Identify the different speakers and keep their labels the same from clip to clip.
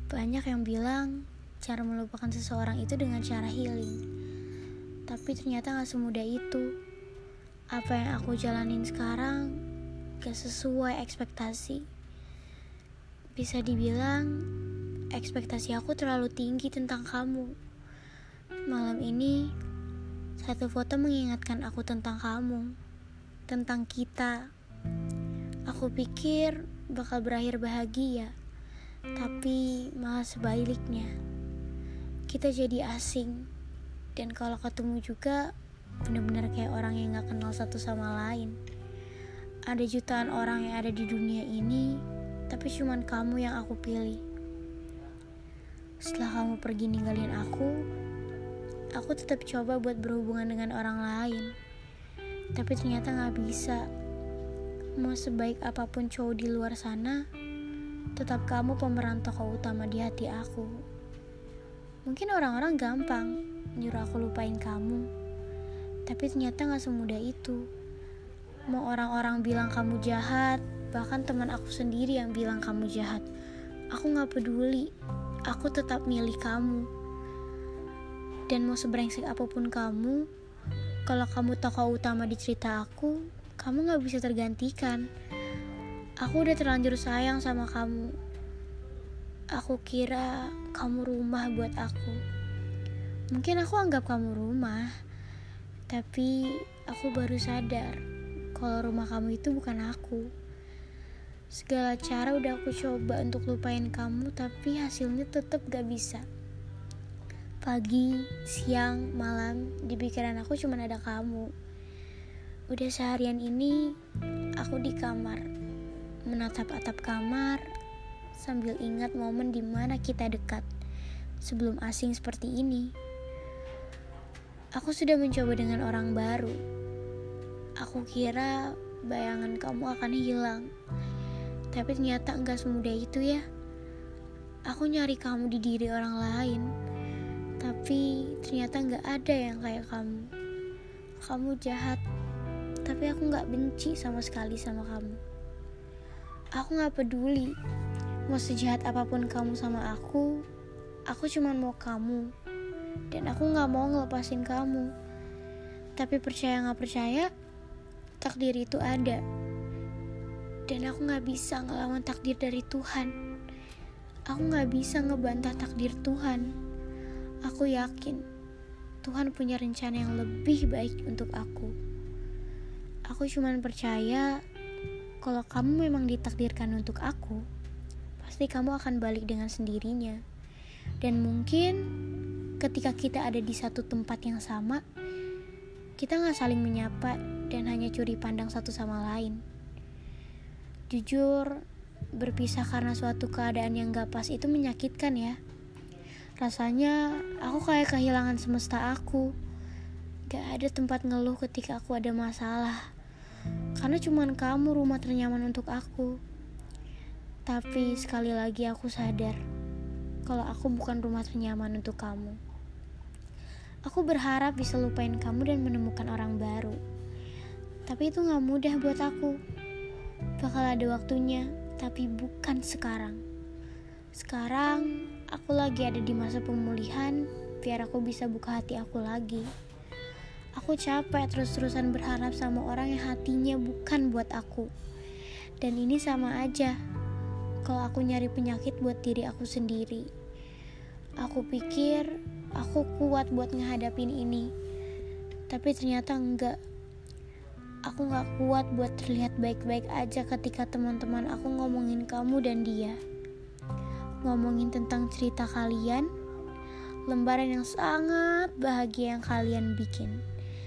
Speaker 1: Banyak yang bilang cara melupakan seseorang itu dengan cara healing. Tapi ternyata gak semudah itu. Apa yang aku jalanin sekarang gak sesuai ekspektasi. Bisa dibilang ekspektasi aku terlalu tinggi tentang kamu. Malam ini satu foto mengingatkan aku tentang kamu, tentang kita. Aku pikir bakal berakhir bahagia, tapi malah sebaliknya. Kita jadi asing, dan kalau ketemu juga benar-benar kayak orang yang gak kenal satu sama lain. Ada jutaan orang yang ada di dunia ini, tapi cuman kamu yang aku pilih. Setelah kamu pergi ninggalin aku tetap coba buat berhubungan dengan orang lain. Tapi ternyata gak bisa. Mau sebaik apapun cowok di luar sana, tetap kamu pemeran tokoh utama di hati aku. Mungkin orang-orang gampang nyuruh aku lupain kamu, tapi ternyata gak semudah itu. Mau orang-orang bilang kamu jahat, bahkan teman aku sendiri yang bilang kamu jahat, aku gak peduli. Aku tetap milih kamu. Dan mau sebrengsek apapun kamu, kalau kamu tokoh utama di cerita aku, kamu gak bisa tergantikan. Aku udah terlanjur sayang sama kamu. Aku kira kamu rumah buat aku. Mungkin aku anggap kamu rumah, tapi aku baru sadar kalau rumah kamu itu bukan aku. Segala cara udah aku coba untuk lupain kamu, tapi hasilnya tetap gak bisa. Pagi, siang, malam, di pikiran aku cuma ada kamu. Udah seharian ini aku di kamar, menatap atap kamar sambil ingat momen dimana kita dekat sebelum asing seperti ini. Aku sudah mencoba dengan orang baru. Aku kira bayangan kamu akan hilang, tapi ternyata enggak semudah itu ya. Aku nyari kamu di diri orang lain, tapi ternyata enggak ada yang kayak kamu. Kamu jahat, tapi aku gak benci sama sekali sama kamu. Aku gak peduli mau sejahat apapun kamu sama aku cuma mau kamu. Dan aku gak mau ngelepasin kamu. Tapi percaya gak percaya, takdir itu ada. Dan aku gak bisa ngelawan takdir dari Tuhan. Aku gak bisa ngebantah takdir Tuhan. Aku yakin Tuhan punya rencana yang lebih baik untuk aku. Aku cuma percaya kalau kamu memang ditakdirkan untuk aku, pasti kamu akan balik dengan sendirinya. Dan mungkin ketika kita ada di satu tempat yang sama, kita gak saling menyapa dan hanya curi pandang satu sama lain. Jujur, berpisah karena suatu keadaan yang gak pas itu menyakitkan ya. Rasanya aku kayak kehilangan semesta aku. Gak ada tempat ngeluh ketika aku ada masalah, karena cuman kamu rumah ternyaman untuk aku. Tapi sekali lagi aku sadar kalau aku bukan rumah ternyaman untuk kamu. Aku berharap bisa lupain kamu dan menemukan orang baru, tapi itu gak mudah buat aku. Bakal ada waktunya, tapi bukan sekarang. Sekarang aku lagi ada di masa pemulihan, biar aku bisa buka hati aku lagi. Aku capek terus-terusan berharap sama orang yang hatinya bukan buat aku. Dan ini sama aja kalau aku nyari penyakit buat diri aku sendiri. Aku pikir aku kuat buat ngehadapin ini, tapi ternyata enggak. Aku gak kuat buat terlihat baik-baik aja ketika teman-teman aku ngomongin kamu dan dia. Ngomongin tentang cerita kalian, lembaran yang sangat bahagia yang kalian bikin.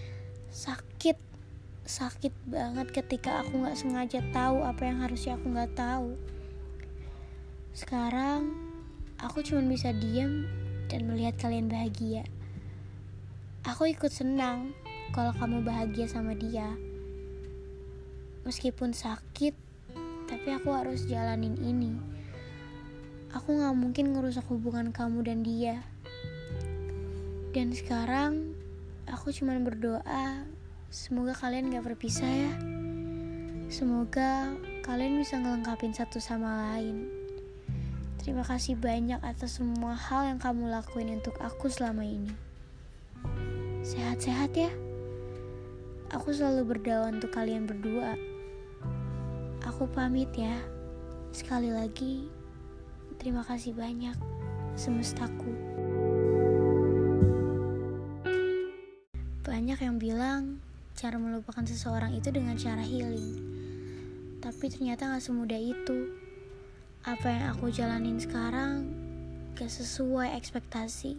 Speaker 1: Sakit banget ketika aku gak sengaja tahu apa yang harusnya aku gak tahu. Sekarang aku cuma bisa diam dan melihat kalian bahagia. Aku ikut senang kalau kamu bahagia sama dia. Meskipun sakit, tapi aku harus jalanin ini. Aku gak mungkin ngerusak hubungan kamu dan dia. Dan sekarang aku cuma berdoa semoga kalian gak berpisah ya. Semoga kalian bisa ngelengkapin satu sama lain. Terima kasih banyak atas semua hal yang kamu lakuin untuk aku selama ini. Sehat-sehat ya. Aku selalu berdoa untuk kalian berdua. Aku pamit ya. Sekali lagi, terima kasih banyak semestaku. Banyak yang bilang cara melupakan seseorang itu dengan cara healing. Tapi ternyata gak semudah itu. Apa yang aku jalanin sekarang gak sesuai ekspektasi.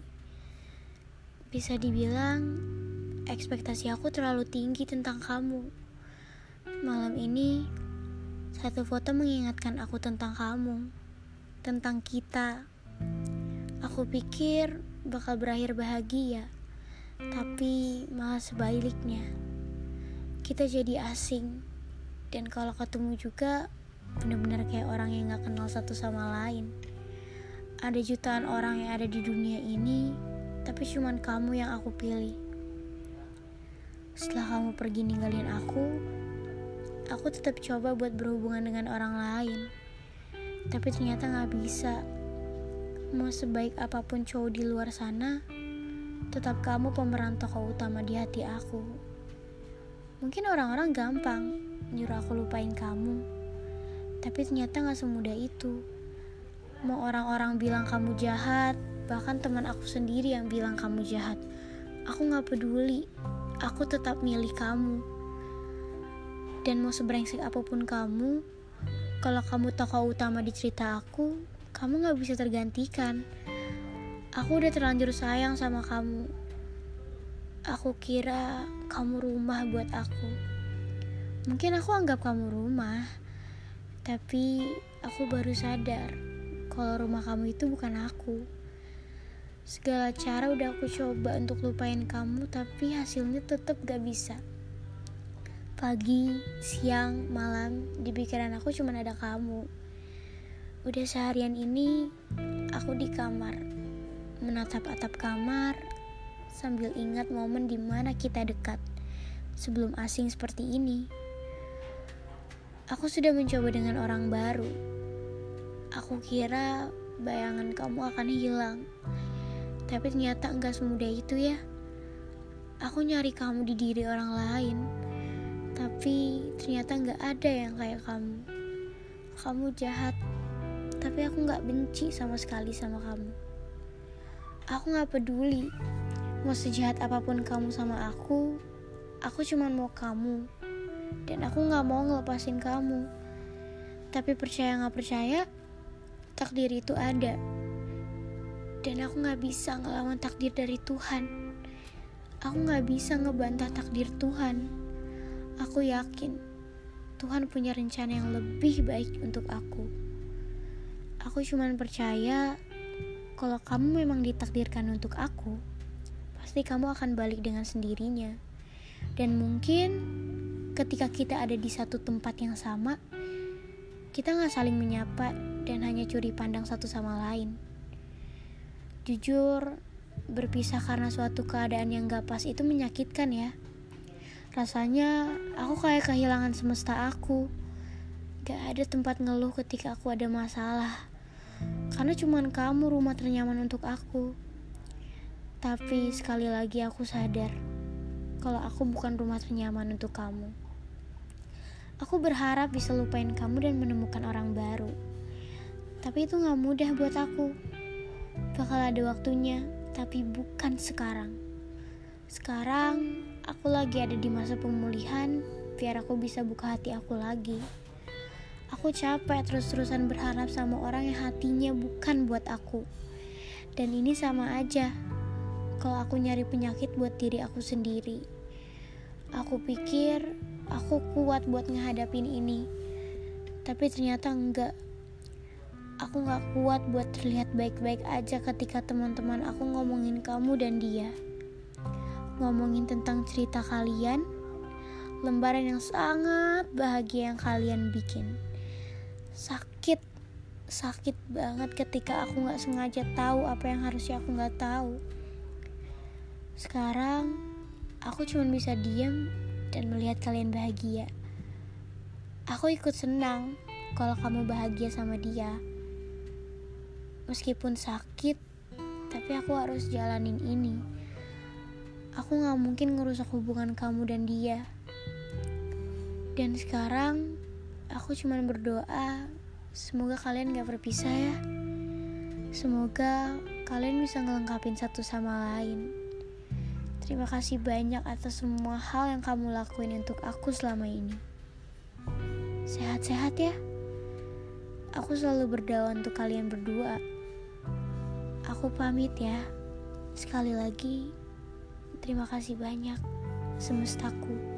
Speaker 1: Bisa dibilang ekspektasi aku terlalu tinggi tentang kamu. Malam ini satu foto mengingatkan aku tentang kamu, tentang kita. Aku pikir bakal berakhir bahagia, tapi malah sebaliknya. Kita jadi asing, dan kalau ketemu juga benar-benar kayak orang yang gak kenal satu sama lain. Ada jutaan orang yang ada di dunia ini, tapi cuman kamu yang aku pilih. Setelah kamu pergi ninggalin aku tetap coba buat berhubungan dengan orang lain. Tapi ternyata gak bisa. Mau sebaik apapun cowok di luar sana, tetap kamu pemeran tokoh utama di hati aku. Mungkin orang-orang gampang nyuruh aku lupain kamu, tapi ternyata gak semudah itu. Mau orang-orang bilang kamu jahat, bahkan teman aku sendiri yang bilang kamu jahat, aku gak peduli. Aku tetap milih kamu. Dan mau sebrengsek apapun kamu, kalau kamu tokoh utama di cerita aku, kamu gak bisa tergantikan. Aku udah terlanjur sayang sama kamu. Aku kira kamu rumah buat aku. Mungkin aku anggap kamu rumah, tapi aku baru sadar kalau rumah kamu itu bukan aku. Segala cara udah aku coba untuk lupain kamu, tapi hasilnya tetap gak bisa. Pagi, siang, malam, di pikiran aku cuma ada kamu. Udah seharian ini aku di kamar, menatap atap kamar, sambil ingat momen dimana kita dekat, sebelum asing seperti ini. Aku sudah mencoba dengan orang baru. Aku kira bayangan kamu akan hilang, tapi ternyata enggak semudah itu ya. Aku nyari kamu di diri orang lain, tapi ternyata enggak ada yang kayak kamu. Kamu jahat, tapi aku enggak benci sama sekali sama kamu. Aku enggak peduli mau sejahat apapun kamu sama aku cuma mau kamu. Dan aku enggak mau ngelepasin kamu. Tapi percaya enggak percaya, takdir itu ada. Dan aku gak bisa ngelawan takdir dari Tuhan. Aku gak bisa ngebantah takdir Tuhan. Aku yakin Tuhan punya rencana yang lebih baik untuk aku. Aku cuma percaya kalau kamu memang ditakdirkan untuk aku, pasti kamu akan balik dengan sendirinya. Dan mungkin ketika kita ada di satu tempat yang sama, kita gak saling menyapa dan hanya curi pandang satu sama lain. Jujur, berpisah karena suatu keadaan yang gak pas itu menyakitkan ya. Rasanya aku kayak kehilangan semesta aku. Gak ada tempat ngeluh ketika aku ada masalah, karena cuman kamu rumah ternyaman untuk aku. Tapi sekali lagi aku sadar kalau aku bukan rumah ternyaman untuk kamu. Aku berharap bisa lupain kamu dan menemukan orang baru. Tapi itu gak mudah buat aku. Bakal ada waktunya, tapi bukan sekarang. Sekarang aku lagi ada di masa pemulihan, biar aku bisa buka hati aku lagi. Aku capek terus-terusan berharap sama orang yang hatinya bukan buat aku. Dan ini sama aja kalau aku nyari penyakit buat diri aku sendiri. Aku pikir aku kuat buat ngehadapin ini, tapi ternyata enggak. Aku gak kuat buat terlihat baik-baik aja ketika teman-teman aku ngomongin kamu dan dia. Ngomongin tentang cerita kalian, lembaran yang sangat bahagia yang kalian bikin. Sakit banget ketika aku gak sengaja tahu apa yang harusnya aku gak tahu. Sekarang, aku cuma bisa diam dan melihat kalian bahagia. Aku ikut senang kalau kamu bahagia sama dia. Meskipun sakit, tapi aku harus jalanin ini. Aku gak mungkin ngerusak hubungan kamu dan dia. Dan sekarang aku cuma berdoa semoga kalian gak berpisah ya. Semoga kalian bisa ngelengkapin satu sama lain. Terima kasih banyak atas semua hal yang kamu lakuin untuk aku selama ini. Sehat-sehat ya. Aku selalu berdoa untuk kalian berdua. Aku pamit ya. Sekali lagi, terima kasih banyak semestaku.